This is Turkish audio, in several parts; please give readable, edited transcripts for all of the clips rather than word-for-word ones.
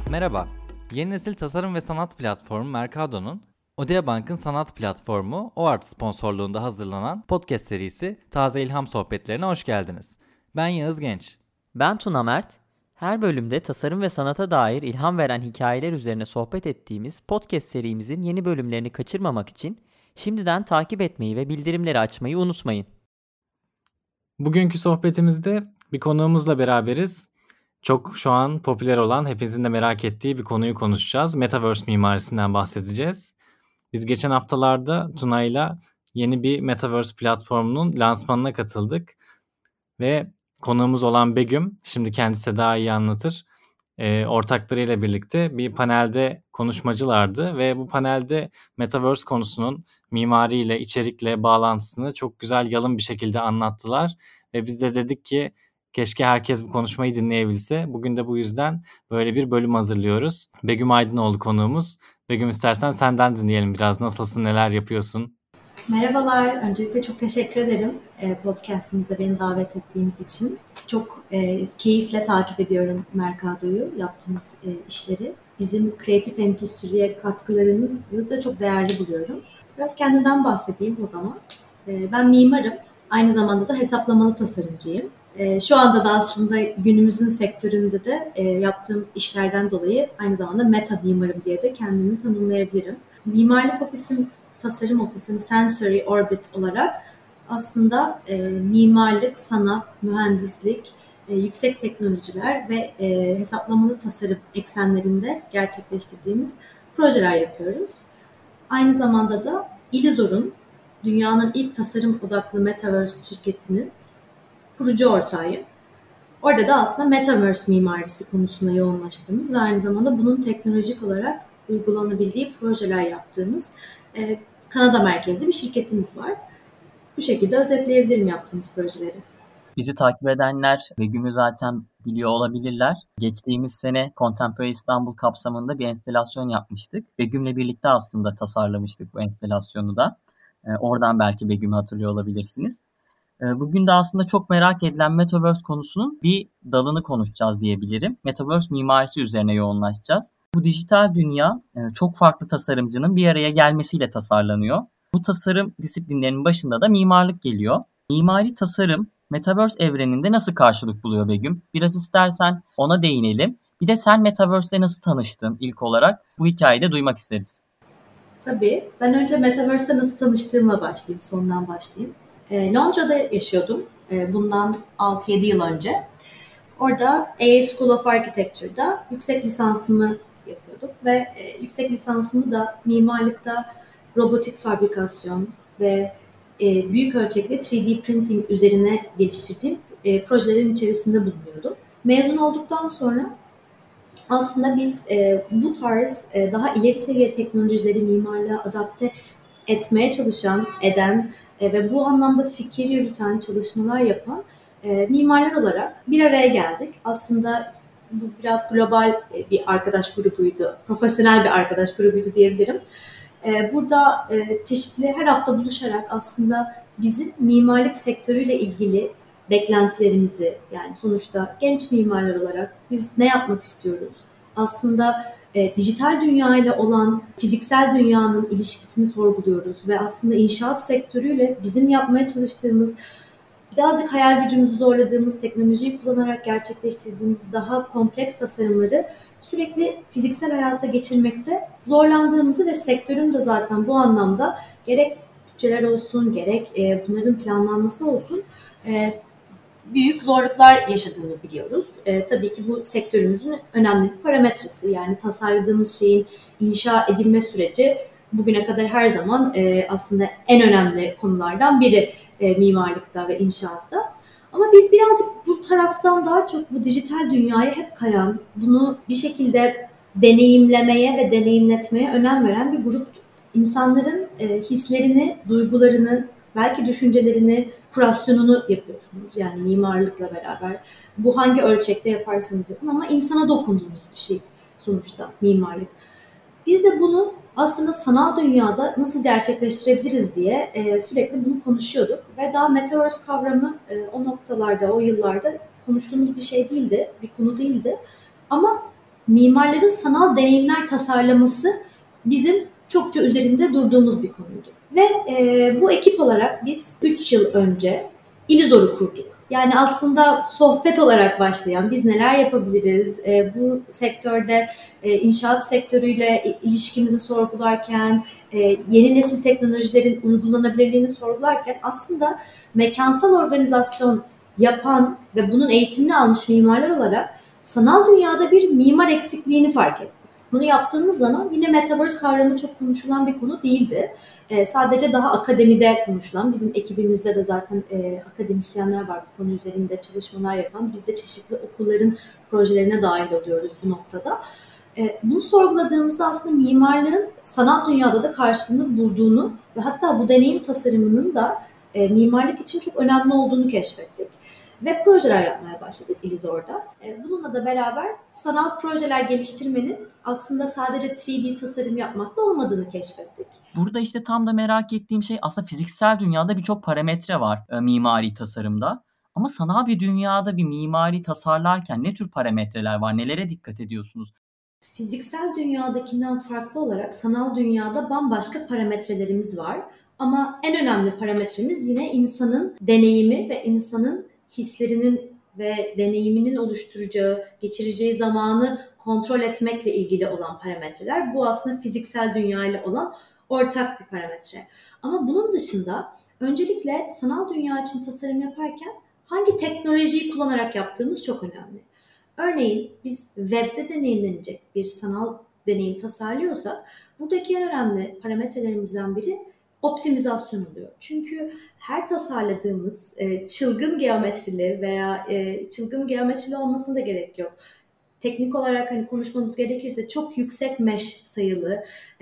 Merhaba, yeni nesil tasarım ve sanat platformu Mercado'nun Odea Bank'ın sanat platformu OART sponsorluğunda hazırlanan podcast serisi Taze İlham Sohbetlerine hoş geldiniz. Ben Yağız Genç. Ben Tuna Mert. Her bölümde tasarım ve sanata dair ilham veren hikayeler üzerine sohbet ettiğimiz podcast serimizin yeni bölümlerini kaçırmamak için şimdiden takip etmeyi ve bildirimleri açmayı unutmayın. Bugünkü sohbetimizde bir konuğumuzla beraberiz. Çok şu an popüler olan, hepinizin de merak ettiği bir konuyu konuşacağız. Metaverse mimarisinden bahsedeceğiz. Biz geçen haftalarda Tuna'yla yeni bir Metaverse platformunun lansmanına katıldık. Ve konuğumuz olan Begüm, şimdi kendisi daha iyi anlatır. Ortaklarıyla birlikte bir panelde konuşmacılardı ve bu panelde Metaverse konusunun mimariyle, içerikle bağlantısını çok güzel, yalın bir şekilde anlattılar. Ve biz de dedik ki keşke herkes bu konuşmayı dinleyebilse. Bugün de bu yüzden böyle bir bölüm hazırlıyoruz. Begüm Aydınoğlu konuğumuz. Begüm, istersen senden dinleyelim biraz. Nasılsın, neler yapıyorsun? Merhabalar. Öncelikle çok teşekkür ederim podcast'inize beni davet ettiğiniz için. Çok keyifle takip ediyorum Mercado'yu, yaptığınız işleri. Bizim kreatif endüstriye katkılarınızı da çok değerli buluyorum. Biraz kendimden bahsedeyim o zaman. Ben mimarım. Aynı zamanda da hesaplamalı tasarımcıyım. Şu anda da aslında günümüzün sektöründe de yaptığım işlerden dolayı aynı zamanda meta mimarım diye de kendimi tanımlayabilirim. Mimarlık ofisim, tasarım ofisim Sensory Orbit olarak aslında mimarlık, sanat, mühendislik, yüksek teknolojiler ve hesaplamalı tasarım eksenlerinde gerçekleştirdiğimiz projeler yapıyoruz. Aynı zamanda da Illuzor'un, dünyanın ilk tasarım odaklı Metaverse şirketinin kurucu ortağıyım. Orada da aslında Metaverse mimarisi konusuna yoğunlaştığımız ve aynı zamanda bunun teknolojik olarak uygulanabildiği projeler yaptığımız Kanada merkezli bir şirketimiz var. Bu şekilde özetleyebilirim yaptığımız projeleri. Bizi takip edenler Begüm'ü zaten biliyor olabilirler. Geçtiğimiz sene Contemporary İstanbul kapsamında bir enstelasyon yapmıştık. Begüm'le birlikte aslında tasarlamıştık bu enstelasyonu da. Oradan belki Begüm'ü hatırlıyor olabilirsiniz. Bugün de aslında çok merak edilen Metaverse konusunun bir dalını konuşacağız diyebilirim. Metaverse mimarisi üzerine yoğunlaşacağız. Bu dijital dünya çok farklı tasarımcının bir araya gelmesiyle tasarlanıyor. Bu tasarım disiplinlerinin başında da mimarlık geliyor. Mimari tasarım Metaverse evreninde nasıl karşılık buluyor Begüm? Biraz istersen ona değinelim. Bir de sen Metaverse'le nasıl tanıştın ilk olarak? Bu hikayeyi de duymak isteriz. Tabii. Ben önce Metaverse'le nasıl tanıştığımla başlayayım, sondan başlayayım. Londra'da yaşıyordum bundan 6-7 yıl önce. Orada AA School of Architecture'da yüksek lisansımı yapıyordum ve yüksek lisansımı da mimarlıkta robotik fabrikasyon ve büyük ölçekli 3D printing üzerine geliştirdiğim projelerin içerisinde bulunuyordum. Mezun olduktan sonra aslında biz bu tarz daha ileri seviye teknolojileri mimarlığa adapte etmeye çalışan, eden ve bu anlamda fikir yürüten, çalışmalar yapan mimarlar olarak bir araya geldik. Aslında bu biraz global bir arkadaş grubuydu, profesyonel bir arkadaş grubuydu diyebilirim. Burada çeşitli her hafta buluşarak aslında bizim mimarlık sektörüyle ilgili beklentilerimizi, yani sonuçta genç mimarlar olarak biz ne yapmak istiyoruz? Aslında dijital dünya ile olan fiziksel dünyanın ilişkisini sorguluyoruz ve aslında inşaat sektörüyle bizim yapmaya çalıştığımız, birazcık hayal gücümüzü zorladığımız, teknolojiyi kullanarak gerçekleştirdiğimiz daha kompleks tasarımları sürekli fiziksel hayata geçirmekte zorlandığımızı ve sektörün de zaten bu anlamda gerek bütçeler olsun, gerek bunların planlanması olsun büyük zorluklar yaşadığını biliyoruz. Tabii ki bu sektörümüzün önemli bir parametresi. Yani tasarladığımız şeyin inşa edilme süreci bugüne kadar her zaman aslında en önemli konulardan biri mimarlıkta ve inşaatta. Ama biz birazcık bu taraftan daha çok bu dijital dünyaya hep kayan, bunu bir şekilde deneyimlemeye ve deneyimletmeye önem veren bir gruptuk. İnsanların hislerini, duygularını, belki düşüncelerini, kurasyonunu yapıyorsunuz. Yani mimarlıkla beraber. Bu hangi ölçekte yaparsanız yapın ama insana dokunduğunuz bir şey sonuçta mimarlık. Biz de bunu aslında sanal dünyada nasıl gerçekleştirebiliriz diye sürekli bunu konuşuyorduk. Ve daha Metaverse kavramı o noktalarda, o yıllarda konuştuğumuz bir şey değildi, bir konu değildi. Ama mimarların sanal deneyimler tasarlaması bizim çokça üzerinde durduğumuz bir konuydu. Ve bu ekip olarak biz 3 yıl önce İllüzor'u kurduk. Yani aslında sohbet olarak başlayan, biz neler yapabiliriz, bu sektörde inşaat sektörüyle ilişkimizi sorgularken, yeni nesil teknolojilerin uygulanabilirliğini sorgularken aslında mekansal organizasyon yapan ve bunun eğitimini almış mimarlar olarak sanal dünyada bir mimar eksikliğini fark ettik. Bunu yaptığımız zaman yine Metaverse kavramı çok konuşulan bir konu değildi. Sadece daha akademide konuşulan, bizim ekibimizde de zaten akademisyenler var bu konu üzerinde çalışmalar yapan. Biz de çeşitli okulların projelerine dahil oluyoruz bu noktada. Bunu sorguladığımızda aslında mimarlığın sanal dünyada da karşılığını bulduğunu ve hatta bu deneyim tasarımının da mimarlık için çok önemli olduğunu keşfettik. Web projeler yapmaya başladık İllüzor'da. Bununla da beraber sanal projeler geliştirmenin aslında sadece 3D tasarım yapmakla olmadığını keşfettik. Burada işte tam da merak ettiğim şey aslında fiziksel dünyada birçok parametre var mimari tasarımda. Ama sanal bir dünyada bir mimari tasarlarken ne tür parametreler var? Nelere dikkat ediyorsunuz? Fiziksel dünyadakinden farklı olarak sanal dünyada bambaşka parametrelerimiz var. Ama en önemli parametremiz yine insanın deneyimi ve insanın hislerinin ve deneyiminin oluşturacağı, geçireceği zamanı kontrol etmekle ilgili olan parametreler. Bu aslında fiziksel dünya ile olan ortak bir parametre. Ama bunun dışında öncelikle sanal dünya için tasarım yaparken hangi teknolojiyi kullanarak yaptığımız çok önemli. Örneğin biz webde deneyimlenecek bir sanal deneyim tasarlıyorsak buradaki en önemli parametrelerimizden biri optimizasyon oluyor. Çünkü her tasarladığımız çılgın geometrili veya çılgın geometrili olmasına da gerek yok. Teknik olarak hani konuşmamız gerekirse çok yüksek mesh sayılı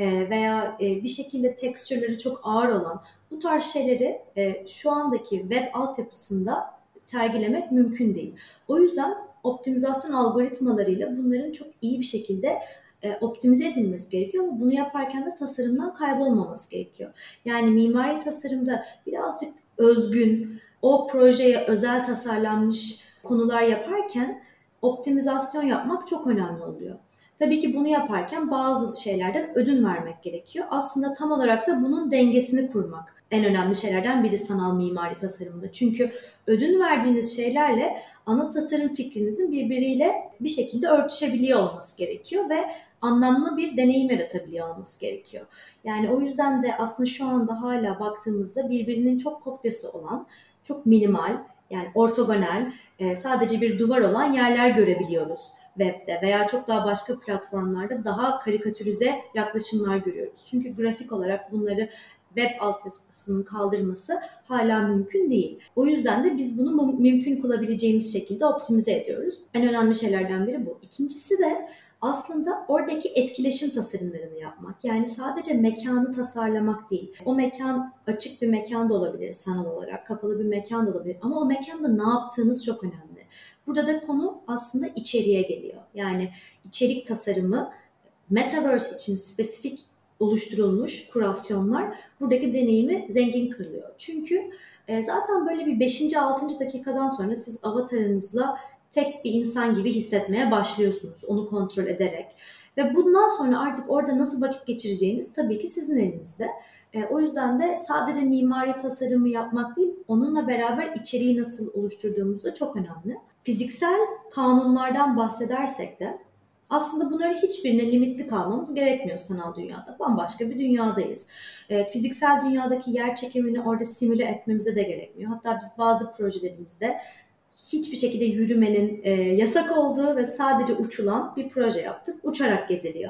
veya bir şekilde texture'ları çok ağır olan bu tarz şeyleri şu andaki web altyapısında sergilemek mümkün değil. O yüzden optimizasyon algoritmalarıyla bunların çok iyi bir şekilde optimize edilmesi gerekiyor ama bunu yaparken de tasarımdan kaybolmaması gerekiyor. Yani mimari tasarımda birazcık özgün, o projeye özel tasarlanmış konular yaparken optimizasyon yapmak çok önemli oluyor. Tabii ki bunu yaparken bazı şeylerden ödün vermek gerekiyor. Aslında tam olarak da bunun dengesini kurmak en önemli şeylerden biri sanal mimari tasarımda. Çünkü ödün verdiğiniz şeylerle ana tasarım fikrinizin birbiriyle bir şekilde örtüşebiliyor olması gerekiyor ve anlamlı bir deneyim yaratabiliyor olması gerekiyor. Yani o yüzden de aslında şu anda hala baktığımızda birbirinin çok kopyası olan, çok minimal, yani ortogonal, sadece bir duvar olan yerler görebiliyoruz webde veya çok daha başka platformlarda daha karikatürize yaklaşımlar görüyoruz. Çünkü grafik olarak bunları web altyapısının kaldırması hala mümkün değil. O yüzden de biz bunu mümkün kılabileceğimiz şekilde optimize ediyoruz. En önemli şeylerden biri bu. İkincisi de aslında oradaki etkileşim tasarımlarını yapmak. Yani sadece mekanı tasarlamak değil. O mekan açık bir mekan da olabilir sanal olarak, kapalı bir mekan da olabilir ama o mekanda ne yaptığınız çok önemli. Burada da konu aslında içeriğe geliyor. Yani içerik tasarımı Metaverse için spesifik oluşturulmuş kurasyonlar buradaki deneyimi zengin kılıyor. Çünkü zaten böyle bir 5. 6. dakikadan sonra siz avatarınızla tek bir insan gibi hissetmeye başlıyorsunuz onu kontrol ederek. Ve bundan sonra artık orada nasıl vakit geçireceğiniz tabii ki sizin elinizde. O yüzden de sadece mimari tasarımı yapmak değil, onunla beraber içeriği nasıl oluşturduğumuz da çok önemli. Fiziksel kanunlardan bahsedersek de aslında bunların hiçbirine limitli kalmamız gerekmiyor sanal dünyada. Bambaşka bir dünyadayız. Fiziksel dünyadaki yer çekimini orada simüle etmemize de gerekmiyor. Hatta biz bazı projelerimizde hiçbir şekilde yürümenin yasak olduğu ve sadece uçulan bir proje yaptık. Uçarak geziliyor.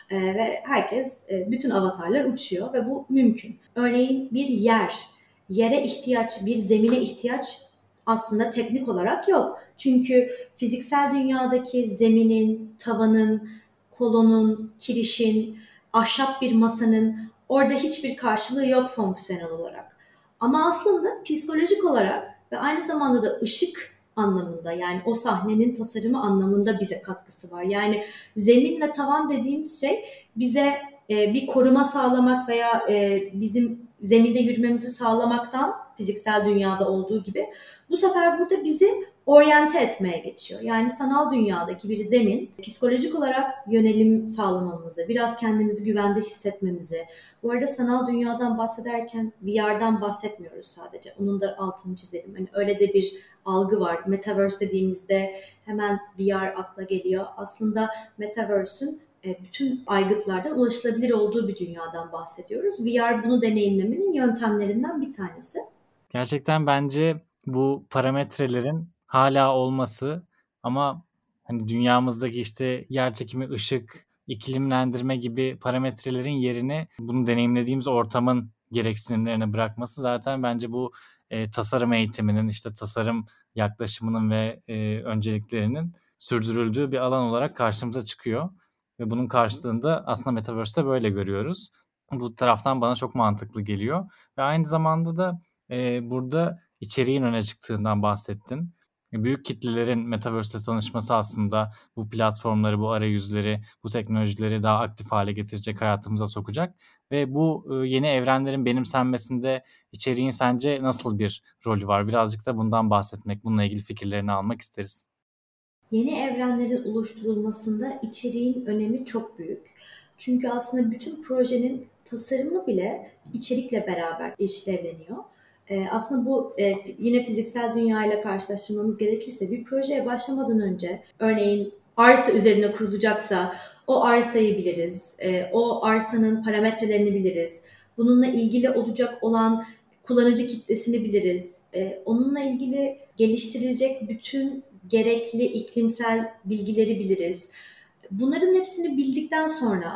Ve herkes, bütün avatarlar uçuyor ve bu mümkün. Örneğin bir yere ihtiyaç, bir zemine ihtiyaç aslında teknik olarak yok. Çünkü fiziksel dünyadaki zeminin, tavanın, kolonun, kirişin, ahşap bir masanın orada hiçbir karşılığı yok fonksiyonel olarak. Ama aslında psikolojik olarak ve aynı zamanda da ışık anlamında yani o sahnenin tasarımı anlamında bize katkısı var. Yani zemin ve tavan dediğimiz şey bize bir koruma sağlamak veya bizim zeminde yürümemizi sağlamaktan fiziksel dünyada olduğu gibi bu sefer burada bizi oryante etmeye geçiyor. Yani sanal dünyadaki bir zemin psikolojik olarak yönelim sağlamamızı, biraz kendimizi güvende hissetmemizi. Bu arada sanal dünyadan bahsederken VR'dan bahsetmiyoruz sadece. Onun da altını çizelim. Hani öyle de bir algı var. Metaverse dediğimizde hemen VR akla geliyor. Aslında Metaverse'ün bütün aygıtlardan ulaşılabilir olduğu bir dünyadan bahsediyoruz. VR bunu deneyimlemenin yöntemlerinden bir tanesi. Gerçekten bence bu parametrelerin hala olması ama hani dünyamızdaki işte yerçekimi, ışık, iklimlendirme gibi parametrelerin yerini bunu deneyimlediğimiz ortamın gereksinimlerine bırakması zaten bence bu tasarım eğitiminin, işte tasarım yaklaşımının ve önceliklerinin sürdürüldüğü bir alan olarak karşımıza çıkıyor. Ve bunun karşılığında aslında Metaverse'te böyle görüyoruz. Bu taraftan bana çok mantıklı geliyor. Ve aynı zamanda da burada içeriğin öne çıktığından bahsettin. Büyük kitlelerin Metaverse'le tanışması aslında bu platformları, bu arayüzleri, bu teknolojileri daha aktif hale getirecek, hayatımıza sokacak. Ve bu yeni evrenlerin benimsenmesinde içeriğin sence nasıl bir rolü var? Birazcık da bundan bahsetmek, bununla ilgili fikirlerini almak isteriz. Yeni evrenlerin oluşturulmasında içeriğin önemi çok büyük. Çünkü aslında bütün projenin tasarımı bile içerikle beraber işlevleniyor. Aslında bu yine fiziksel dünyayla karşılaştırmamız gerekirse bir projeye başlamadan önce örneğin arsa üzerine kurulacaksa o arsayı biliriz, o arsanın parametrelerini biliriz, bununla ilgili olacak olan kullanıcı kitlesini biliriz, onunla ilgili geliştirilecek bütün gerekli iklimsel bilgileri biliriz. Bunların hepsini bildikten sonra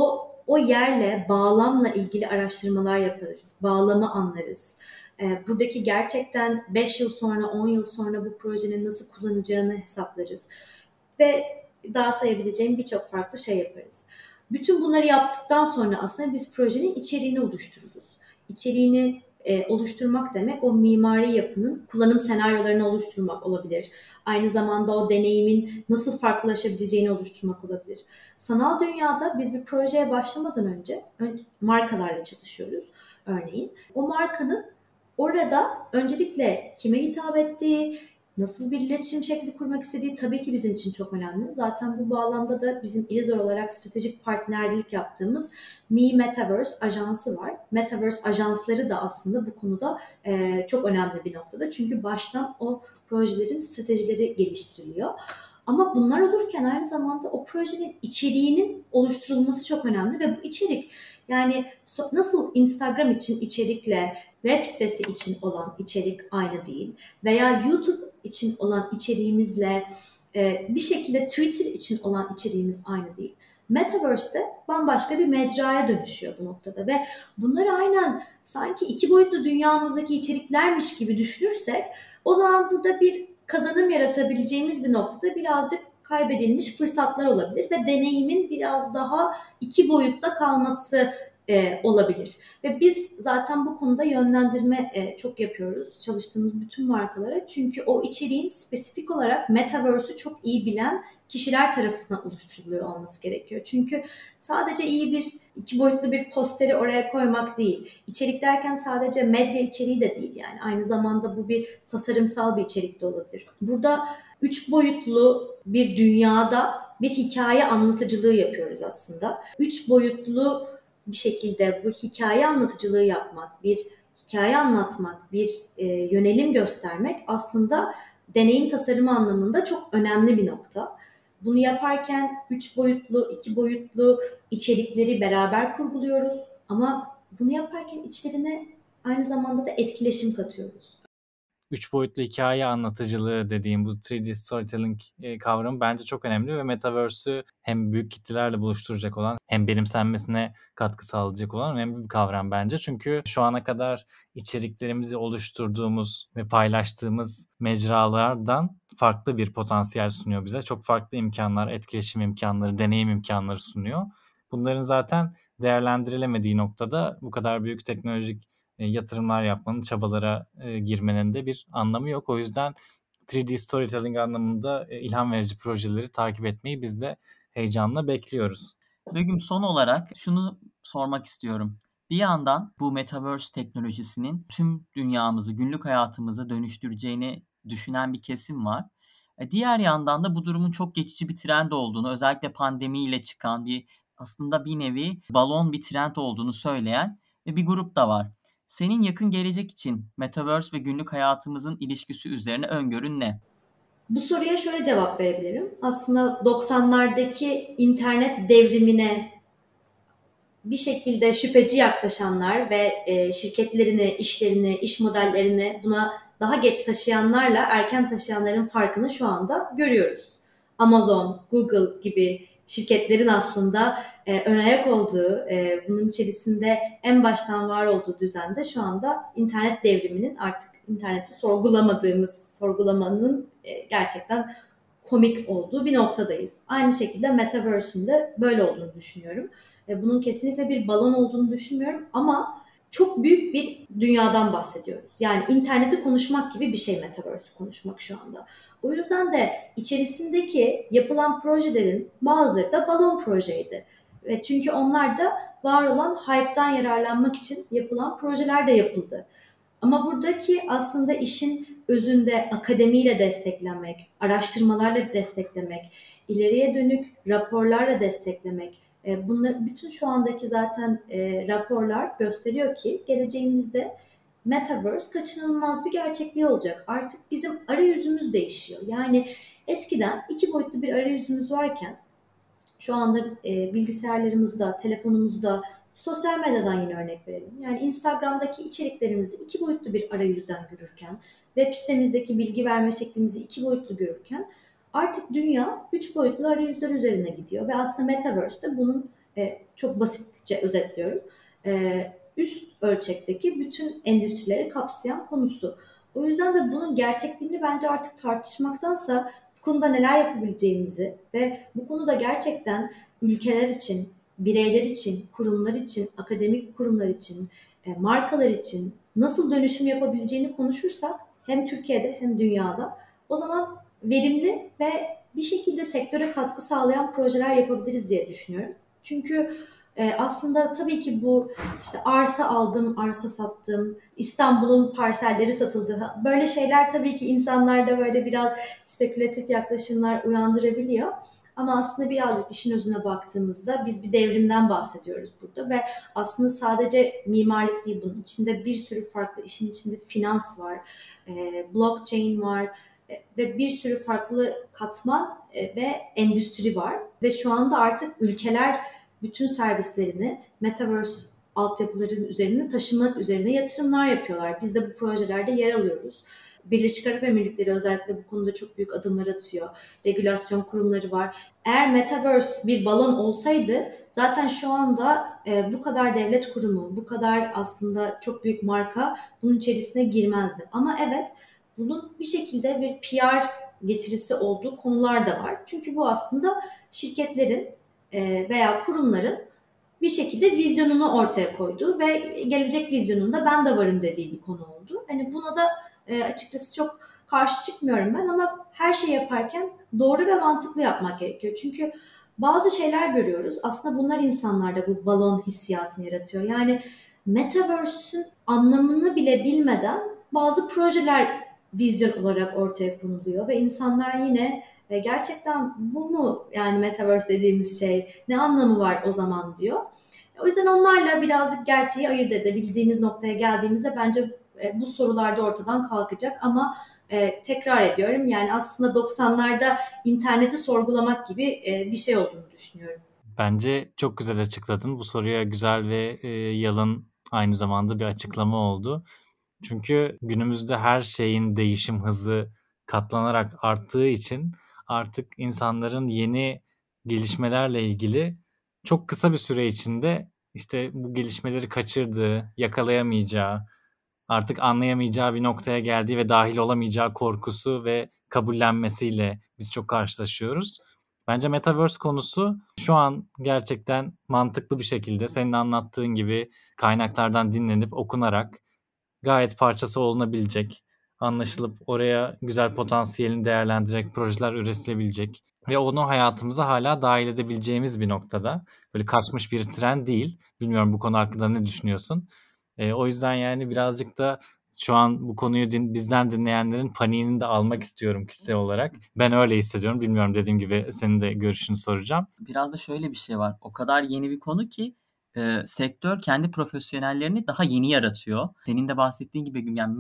o yerle bağlamla ilgili araştırmalar yaparız, bağlamı anlarız. Buradaki gerçekten 5 yıl sonra, 10 yıl sonra bu projenin nasıl kullanacağını hesaplarız. Ve daha sayabileceğim birçok farklı şey yaparız. Bütün bunları yaptıktan sonra aslında biz projenin içeriğini oluştururuz. İçeriğini oluşturmak demek o mimari yapının kullanım senaryolarını oluşturmak olabilir. Aynı zamanda o deneyimin nasıl farklılaşabileceğini oluşturmak olabilir. Sanal dünyada biz bir projeye başlamadan önce markalarla çalışıyoruz örneğin. O markanın orada öncelikle kime hitap ettiği, nasıl bir iletişim şekli kurmak istediği tabii ki bizim için çok önemli. Zaten bu bağlamda da bizim İlizor olarak stratejik partnerlik yaptığımız Me Metaverse ajansı var. Metaverse ajansları da aslında bu konuda çok önemli bir noktada. Çünkü baştan o projelerin stratejileri geliştiriliyor. Ama bunlar olurken aynı zamanda o projenin içeriğinin oluşturulması çok önemli ve bu içerik yani nasıl Instagram için içerikle web sitesi için olan içerik aynı değil veya YouTube için olan içeriğimizle bir şekilde Twitter için olan içeriğimiz aynı değil. Metaverse'de bambaşka bir mecraya dönüşüyor bu noktada ve bunları aynen sanki iki boyutlu dünyamızdaki içeriklermiş gibi düşünürsek o zaman burada bir kazanım yaratabileceğimiz bir noktada birazcık kaybedilmiş fırsatlar olabilir ve deneyimin biraz daha iki boyutta kalması olabilir. Ve biz zaten bu konuda yönlendirme çok yapıyoruz çalıştığımız bütün markalara. Çünkü o içeriğin spesifik olarak Metaverse'ü çok iyi bilen kişiler tarafından oluşturuluyor olması gerekiyor. Çünkü sadece iyi bir iki boyutlu bir posteri oraya koymak değil. İçerik derken sadece medya içeriği de değil yani. Aynı zamanda bu bir tasarımsal bir içerik de olabilir. Burada üç boyutlu bir dünyada bir hikaye anlatıcılığı yapıyoruz aslında. Üç boyutlu bir şekilde bu hikaye anlatıcılığı yapmak, bir hikaye anlatmak, bir yönelim göstermek aslında deneyim tasarımı anlamında çok önemli bir nokta. Bunu yaparken 3 boyutlu, 2 boyutlu içerikleri beraber kurguluyoruz ama bunu yaparken içlerine aynı zamanda da etkileşim katıyoruz. 3 boyutlu hikaye anlatıcılığı dediğim bu 3D storytelling kavramı bence çok önemli ve Metaverse'ü hem büyük kitlelerle buluşturacak olan hem benimsenmesine katkı sağlayacak olan önemli bir kavram bence. Çünkü şu ana kadar içeriklerimizi oluşturduğumuz ve paylaştığımız mecralardan farklı bir potansiyel sunuyor bize. Çok farklı imkanlar, etkileşim imkanları, deneyim imkanları sunuyor. Bunların zaten değerlendirilemediği noktada bu kadar büyük teknolojik yatırımlar yapmanın, çabalara girmenin de bir anlamı yok. O yüzden 3D storytelling anlamında ilham verici projeleri takip etmeyi biz de heyecanla bekliyoruz. Begüm, son olarak şunu sormak istiyorum. Bir yandan bu Metaverse teknolojisinin tüm dünyamızı, günlük hayatımızı dönüştüreceğini düşünen bir kesim var. Diğer yandan da bu durumun çok geçici bir trend olduğunu, özellikle pandemiyle çıkan aslında bir nevi balon bir trend olduğunu söyleyen bir grup da var. Senin yakın gelecek için Metaverse ve günlük hayatımızın ilişkisi üzerine öngörün ne? Bu soruya şöyle cevap verebilirim. Aslında 90'lardaki internet devrimine bir şekilde şüpheci yaklaşanlar ve şirketlerini, işlerini, iş modellerini buna daha geç taşıyanlarla erken taşıyanların farkını şu anda görüyoruz. Amazon, Google gibi şirketlerin aslında ön ayak olduğu, bunun içerisinde en baştan var olduğu düzende şu anda internet devriminin artık interneti sorgulamanın gerçekten komik olduğu bir noktadayız. Aynı şekilde Metaverse'ün de böyle olduğunu düşünüyorum. Bunun kesinlikle bir balon olduğunu düşünmüyorum ama çok büyük bir dünyadan bahsediyoruz. Yani interneti konuşmak gibi bir şey Metaverse'ü konuşmak şu anda. O yüzden de içerisindeki yapılan projelerin bazıları da balon projeydi. Ve çünkü onlar da var olan hype'dan yararlanmak için yapılan projeler de yapıldı. Ama buradaki aslında işin özünde akademiyle desteklemek, araştırmalarla desteklemek, ileriye dönük raporlarla desteklemek, bunlar, bütün şu andaki zaten raporlar gösteriyor ki geleceğimizde Metaverse kaçınılmaz bir gerçekliği olacak. Artık bizim arayüzümüz değişiyor. Yani eskiden 2 boyutlu bir arayüzümüz varken şu anda bilgisayarlarımızda, telefonumuzda, sosyal medyadan yine örnek verelim. Yani Instagram'daki içeriklerimizi 2 boyutlu bir arayüzden görürken, web sitemizdeki bilgi verme şeklimizi 2 boyutlu görürken artık dünya 3 boyutlu arayüzler üzerine gidiyor ve aslında Metaverse de bunun çok basitçe özetliyorum. Üst ölçekteki bütün endüstrileri kapsayan konusu. O yüzden de bunun gerçekliğini bence artık tartışmaktansa bu konuda neler yapabileceğimizi ve bu konuda gerçekten ülkeler için, bireyler için, kurumlar için, akademik kurumlar için, markalar için nasıl dönüşüm yapabileceğini konuşursak hem Türkiye'de hem dünyada o zaman verimli ve bir şekilde sektöre katkı sağlayan projeler yapabiliriz diye düşünüyorum. Çünkü aslında tabii ki bu işte arsa aldım, arsa sattım, İstanbul'un parselleri satıldı. Böyle şeyler tabii ki insanlarda böyle biraz spekülatif yaklaşımlar uyandırabiliyor. Ama aslında birazcık işin özüne baktığımızda biz bir devrimden bahsediyoruz burada ve aslında sadece mimarlık değil, bunun içinde bir sürü farklı, işin içinde finans var, blockchain var ve bir sürü farklı katman ve endüstri var ve şu anda artık ülkeler bütün servislerini Metaverse altyapıların üzerine taşımak üzerine yatırımlar yapıyorlar. Biz de bu projelerde yer alıyoruz. Birleşik Arap Emirlikleri özellikle bu konuda çok büyük adımlar atıyor. Regülasyon kurumları var. Eğer Metaverse bir balon olsaydı zaten şu anda bu kadar devlet kurumu, bu kadar aslında çok büyük marka bunun içerisine girmezdi. Ama evet, bunun bir şekilde bir PR getirisi olduğu konular da var. Çünkü bu aslında şirketlerin veya kurumların bir şekilde vizyonunu ortaya koyduğu ve gelecek vizyonunda ben de varım dediği bir konu oldu. Hani buna da açıkçası çok karşı çıkmıyorum ben ama her şey yaparken doğru ve mantıklı yapmak gerekiyor. Çünkü bazı şeyler görüyoruz. Aslında bunlar insanlarda bu balon hissiyatını yaratıyor. Yani Metaverse'ün anlamını bile bilmeden bazı projeler vizyon olarak ortaya konuluyor ve insanlar yine gerçekten bu mu yani Metaverse dediğimiz şey, ne anlamı var o zaman diyor. O yüzden onlarla birazcık gerçeği ayırt edebildiğimiz noktaya geldiğimizde bence bu sorular da ortadan kalkacak ama tekrar ediyorum yani aslında 90'larda interneti sorgulamak gibi bir şey olduğunu düşünüyorum. Bence çok güzel açıkladın. Bu soruya güzel ve yalın aynı zamanda bir açıklama oldu. Çünkü günümüzde her şeyin değişim hızı katlanarak arttığı için artık insanların yeni gelişmelerle ilgili çok kısa bir süre içinde işte bu gelişmeleri kaçırdığı, yakalayamayacağı, artık anlayamayacağı bir noktaya geldiği ve dahil olamayacağı korkusu ve kabullenmesiyle biz çok karşılaşıyoruz. Bence Metaverse konusu şu an gerçekten mantıklı bir şekilde senin anlattığın gibi kaynaklardan dinlenip okunarak gayet parçası olunabilecek, anlaşılıp oraya güzel potansiyelini değerlendirerek projeler üretilebilecek ve onu hayatımıza hala dahil edebileceğimiz bir noktada. Böyle kaçmış bir trend değil. Bilmiyorum bu konu hakkında ne düşünüyorsun? O yüzden yani birazcık da Şu an bu konuyu bizden dinleyenlerin paniğini de almak istiyorum kişisel olarak. Ben öyle hissediyorum. Bilmiyorum, dediğim gibi senin de görüşünü soracağım. Biraz da şöyle bir şey var. O kadar yeni bir konu ki sektör kendi profesyonellerini daha yeni yaratıyor. Senin de bahsettiğin gibi yani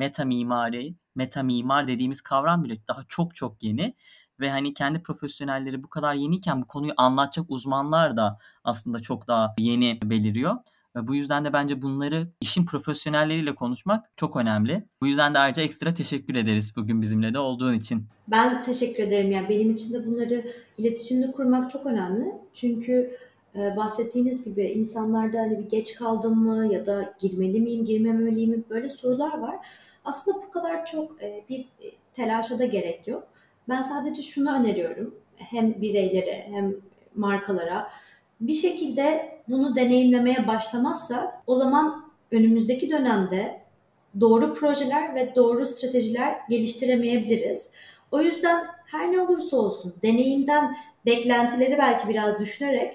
meta mimar dediğimiz kavram bile daha çok çok yeni. Ve hani kendi profesyonelleri bu kadar yeniyken bu konuyu anlatacak uzmanlar da aslında çok daha yeni beliriyor. Bu yüzden de bence bunları işin profesyonelleriyle konuşmak çok önemli. Bu yüzden de ayrıca ekstra teşekkür ederiz bugün bizimle de olduğun için. Ben teşekkür ederim. Yani benim için de bunları iletişimde kurmak çok önemli. Çünkü bahsettiğiniz gibi insanlarda hani bir geç kaldım mı ya da girmeli miyim, girmemeli miyim böyle sorular var. Aslında bu kadar çok bir telaşa da gerek yok. Ben sadece şunu öneriyorum. Hem bireylere hem markalara bir şekilde bunu deneyimlemeye başlamazsak o zaman önümüzdeki dönemde doğru projeler ve doğru stratejiler geliştiremeyebiliriz. O yüzden her ne olursa olsun deneyimden beklentileri belki biraz düşünerek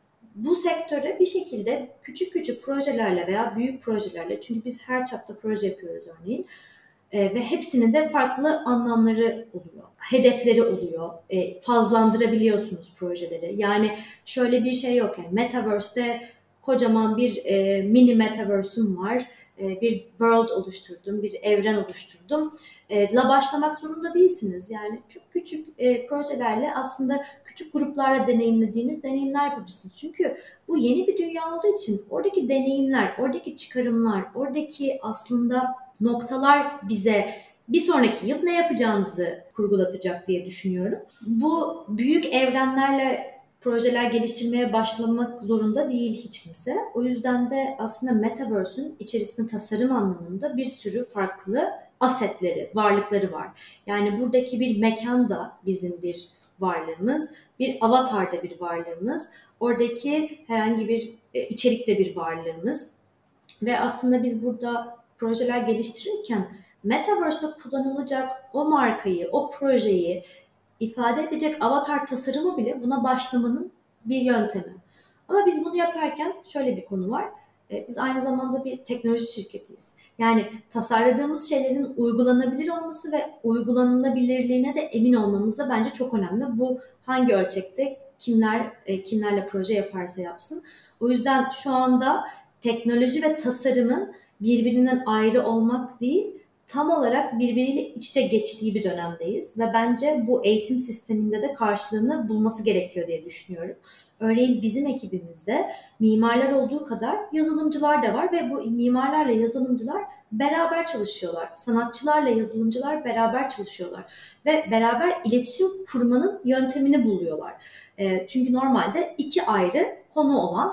bu sektöre bir şekilde küçük küçük projelerle veya büyük projelerle, çünkü biz her çapta proje yapıyoruz örneğin, ve hepsinin de farklı anlamları oluyor, hedefleri oluyor, fazlandırabiliyorsunuz projeleri. Yani şöyle bir şey yok, yani Metaverse'de kocaman bir mini Metaverse'üm var, bir world oluşturdum, bir evren oluşturdum. La başlamak zorunda değilsiniz. Yani çok küçük projelerle aslında küçük gruplarla deneyimlediğiniz deneyimler yapabilirsiniz. Çünkü bu yeni bir dünya olduğu için oradaki deneyimler, oradaki çıkarımlar, oradaki aslında noktalar bize bir sonraki yıl ne yapacağınızı kurgulatacak diye düşünüyorum. Bu büyük evrenlerle projeler geliştirmeye başlamak zorunda değil hiç kimse. O yüzden de aslında Metaverse'ün içerisinde tasarım anlamında bir sürü farklı asetleri, varlıkları var. Yani buradaki bir mekan da bizim bir varlığımız, bir avatar da bir varlığımız, oradaki herhangi bir içerikte bir varlığımız ve aslında biz burada projeler geliştirirken Metaverse'de kullanılacak o markayı, o projeyi ifade edecek avatar tasarımı bile buna başlamanın bir yöntemi. Ama biz bunu yaparken şöyle bir konu var. Biz aynı zamanda bir teknoloji şirketiyiz. Yani tasarladığımız şeylerin uygulanabilir olması ve uygulanılabilirliğine de emin olmamız da bence çok önemli. Bu hangi ölçekte kimlerle proje yaparsa yapsın. O yüzden şu anda teknoloji ve tasarımın birbirinden ayrı olmak değil, tam olarak birbiriyle iç içe geçtiği bir dönemdeyiz ve bence bu eğitim sisteminde de karşılığını bulması gerekiyor diye düşünüyorum. Örneğin bizim ekibimizde mimarlar olduğu kadar yazılımcılar da var ve bu mimarlarla yazılımcılar beraber çalışıyorlar. Sanatçılarla yazılımcılar beraber çalışıyorlar ve beraber iletişim kurmanın yöntemini buluyorlar. Çünkü normalde iki ayrı konu olan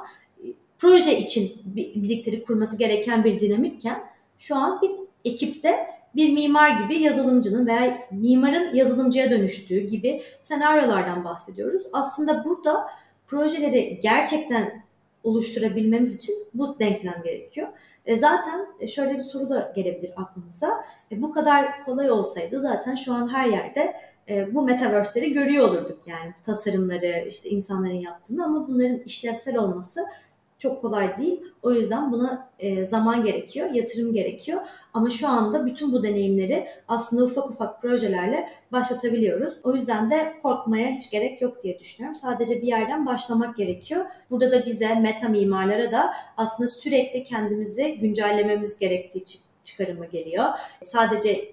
proje için birliktelik kurması gereken bir dinamikken şu an bir ekipte bir mimar gibi yazılımcının veya mimarın yazılımcıya dönüştüğü gibi senaryolardan bahsediyoruz. Aslında burada projeleri gerçekten oluşturabilmemiz için bu denklem gerekiyor. Zaten şöyle bir soru da gelebilir aklımıza. Bu kadar kolay olsaydı zaten şu an her yerde bu metaverse'leri görüyor olurduk. Yani bu tasarımları işte insanların yaptığını, ama bunların işlevsel olması çok kolay değil. O yüzden buna zaman gerekiyor, yatırım gerekiyor. Ama şu anda bütün bu deneyimleri aslında ufak ufak projelerle başlatabiliyoruz. O yüzden de korkmaya hiç gerek yok diye düşünüyorum. Sadece bir yerden başlamak gerekiyor. Burada da bize, meta mimarlara da aslında sürekli kendimizi güncellememiz gerektiği çıkarımı geliyor. Sadece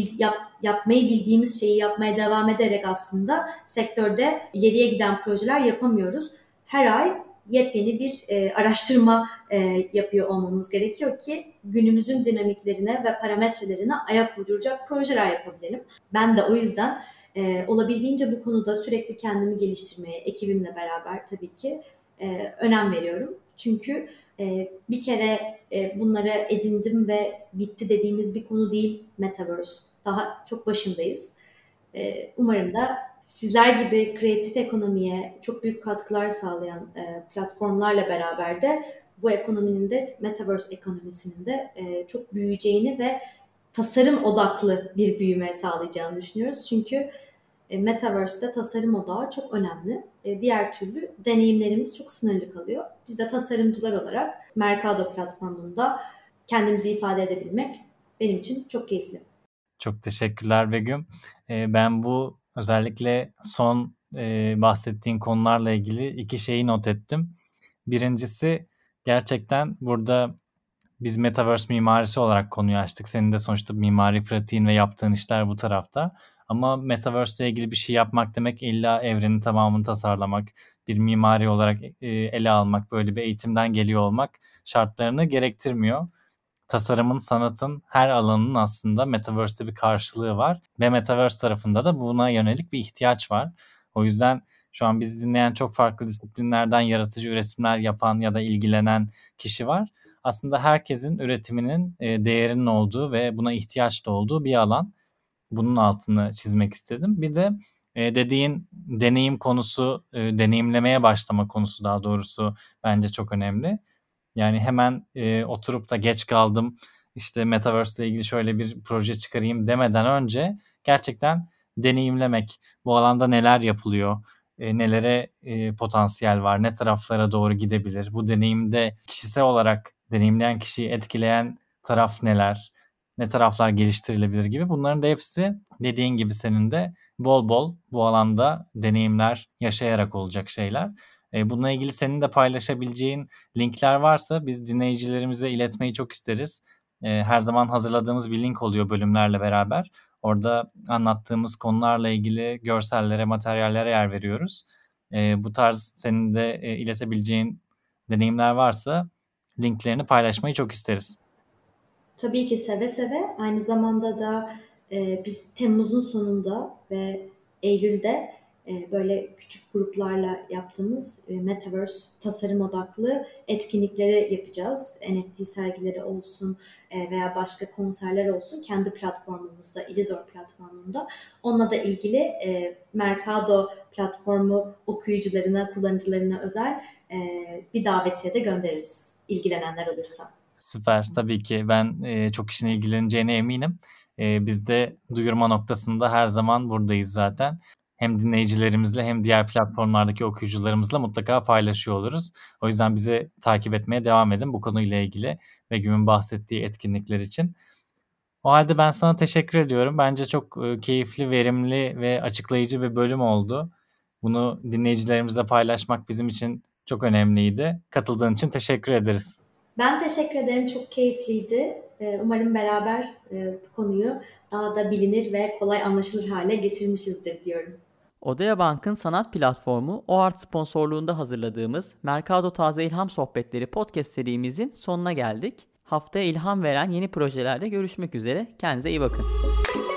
yapmayı bildiğimiz şeyi yapmaya devam ederek aslında sektörde ileriye giden projeler yapamıyoruz. Her ay yepyeni bir araştırma yapıyor olmamız gerekiyor ki günümüzün dinamiklerine ve parametrelerine ayak uyduracak projeler yapabilelim. Ben de o yüzden olabildiğince bu konuda sürekli kendimi geliştirmeye, ekibimle beraber tabii ki önem veriyorum. Çünkü bir kere bunları edindim ve bitti dediğimiz bir konu değil Metaverse. Daha çok başındayız. Umarım da sizler gibi kreatif ekonomiye çok büyük katkılar sağlayan platformlarla beraber de bu ekonominin de, Metaverse ekonomisinin de çok büyüyeceğini ve tasarım odaklı bir büyüme sağlayacağını düşünüyoruz. Çünkü Metaverse'de tasarım odağı çok önemli. Diğer türlü deneyimlerimiz çok sınırlı kalıyor. Biz de tasarımcılar olarak Mercado platformunda kendimizi ifade edebilmek benim için çok keyifli. Çok teşekkürler Begüm. Ben bu özellikle son bahsettiğin konularla ilgili 2 şeyi not ettim. Birincisi, gerçekten burada biz Metaverse mimarisi olarak konuyu açtık. Senin de sonuçta mimari pratiğin ve yaptığın işler bu tarafta. Ama Metaverse ile ilgili bir şey yapmak demek illa evrenin tamamını tasarlamak, bir mimari olarak ele almak, böyle bir eğitimden geliyor olmak şartlarını gerektirmiyor. Tasarımın, sanatın her alanının aslında Metaverse'te bir karşılığı var. Ve Metaverse tarafında da buna yönelik bir ihtiyaç var. O yüzden şu an bizi dinleyen çok farklı disiplinlerden yaratıcı üretimler yapan ya da ilgilenen kişi var. Aslında herkesin üretiminin değerinin olduğu ve buna ihtiyaç da olduğu bir alan. Bunun altını çizmek istedim. Bir de dediğin deneyim konusu, deneyimlemeye başlama konusu daha doğrusu bence çok önemli. Yani hemen oturup da geç kaldım, işte Metaverse ile ilgili şöyle bir proje çıkarayım demeden önce gerçekten deneyimlemek, bu alanda neler yapılıyor, nelere potansiyel var, ne taraflara doğru gidebilir, bu deneyimde kişisel olarak deneyimleyen kişiyi etkileyen taraf neler, ne taraflar geliştirilebilir gibi, bunların da hepsi dediğin gibi senin de bol bol bu alanda deneyimler yaşayarak olacak şeyler. Bununla ilgili senin de paylaşabileceğin linkler varsa biz dinleyicilerimize iletmeyi çok isteriz. Her zaman hazırladığımız bir link oluyor bölümlerle beraber. Orada anlattığımız konularla ilgili görsellere, materyallere yer veriyoruz. Bu tarz senin de iletebileceğin deneyimler varsa linklerini paylaşmayı çok isteriz. Tabii ki seve seve. Aynı zamanda da biz Temmuz'un sonunda ve Eylül'de böyle küçük gruplarla yaptığımız Metaverse tasarım odaklı etkinlikleri yapacağız. NFT sergileri olsun veya başka konserler olsun kendi platformumuzda, Ilizor platformunda. Onunla da ilgili Mercado platformu okuyucularına, kullanıcılarına özel bir davetiye de göndeririz ilgilenenler olursa. Süper. Tabii ki ben çok kişinin ilgileneceğine eminim. Biz de duyurma noktasında her zaman buradayız zaten. Hem dinleyicilerimizle hem diğer platformlardaki okuyucularımızla mutlaka paylaşıyor oluruz. O yüzden bizi takip etmeye devam edin bu konuyla ilgili ve Begüm'ün bahsettiği etkinlikler için. O halde ben sana teşekkür ediyorum. Bence çok keyifli, verimli ve açıklayıcı bir bölüm oldu. Bunu dinleyicilerimizle paylaşmak bizim için çok önemliydi. Katıldığın için teşekkür ederiz. Ben teşekkür ederim. Çok keyifliydi. Umarım beraber bu konuyu daha da bilinir ve kolay anlaşılır hale getirmişizdir diyorum. Odea Bank'ın sanat platformu OART sponsorluğunda hazırladığımız Mercado Taze İlham Sohbetleri podcast serimizin sonuna geldik. Haftaya ilham veren yeni projelerde görüşmek üzere. Kendinize iyi bakın.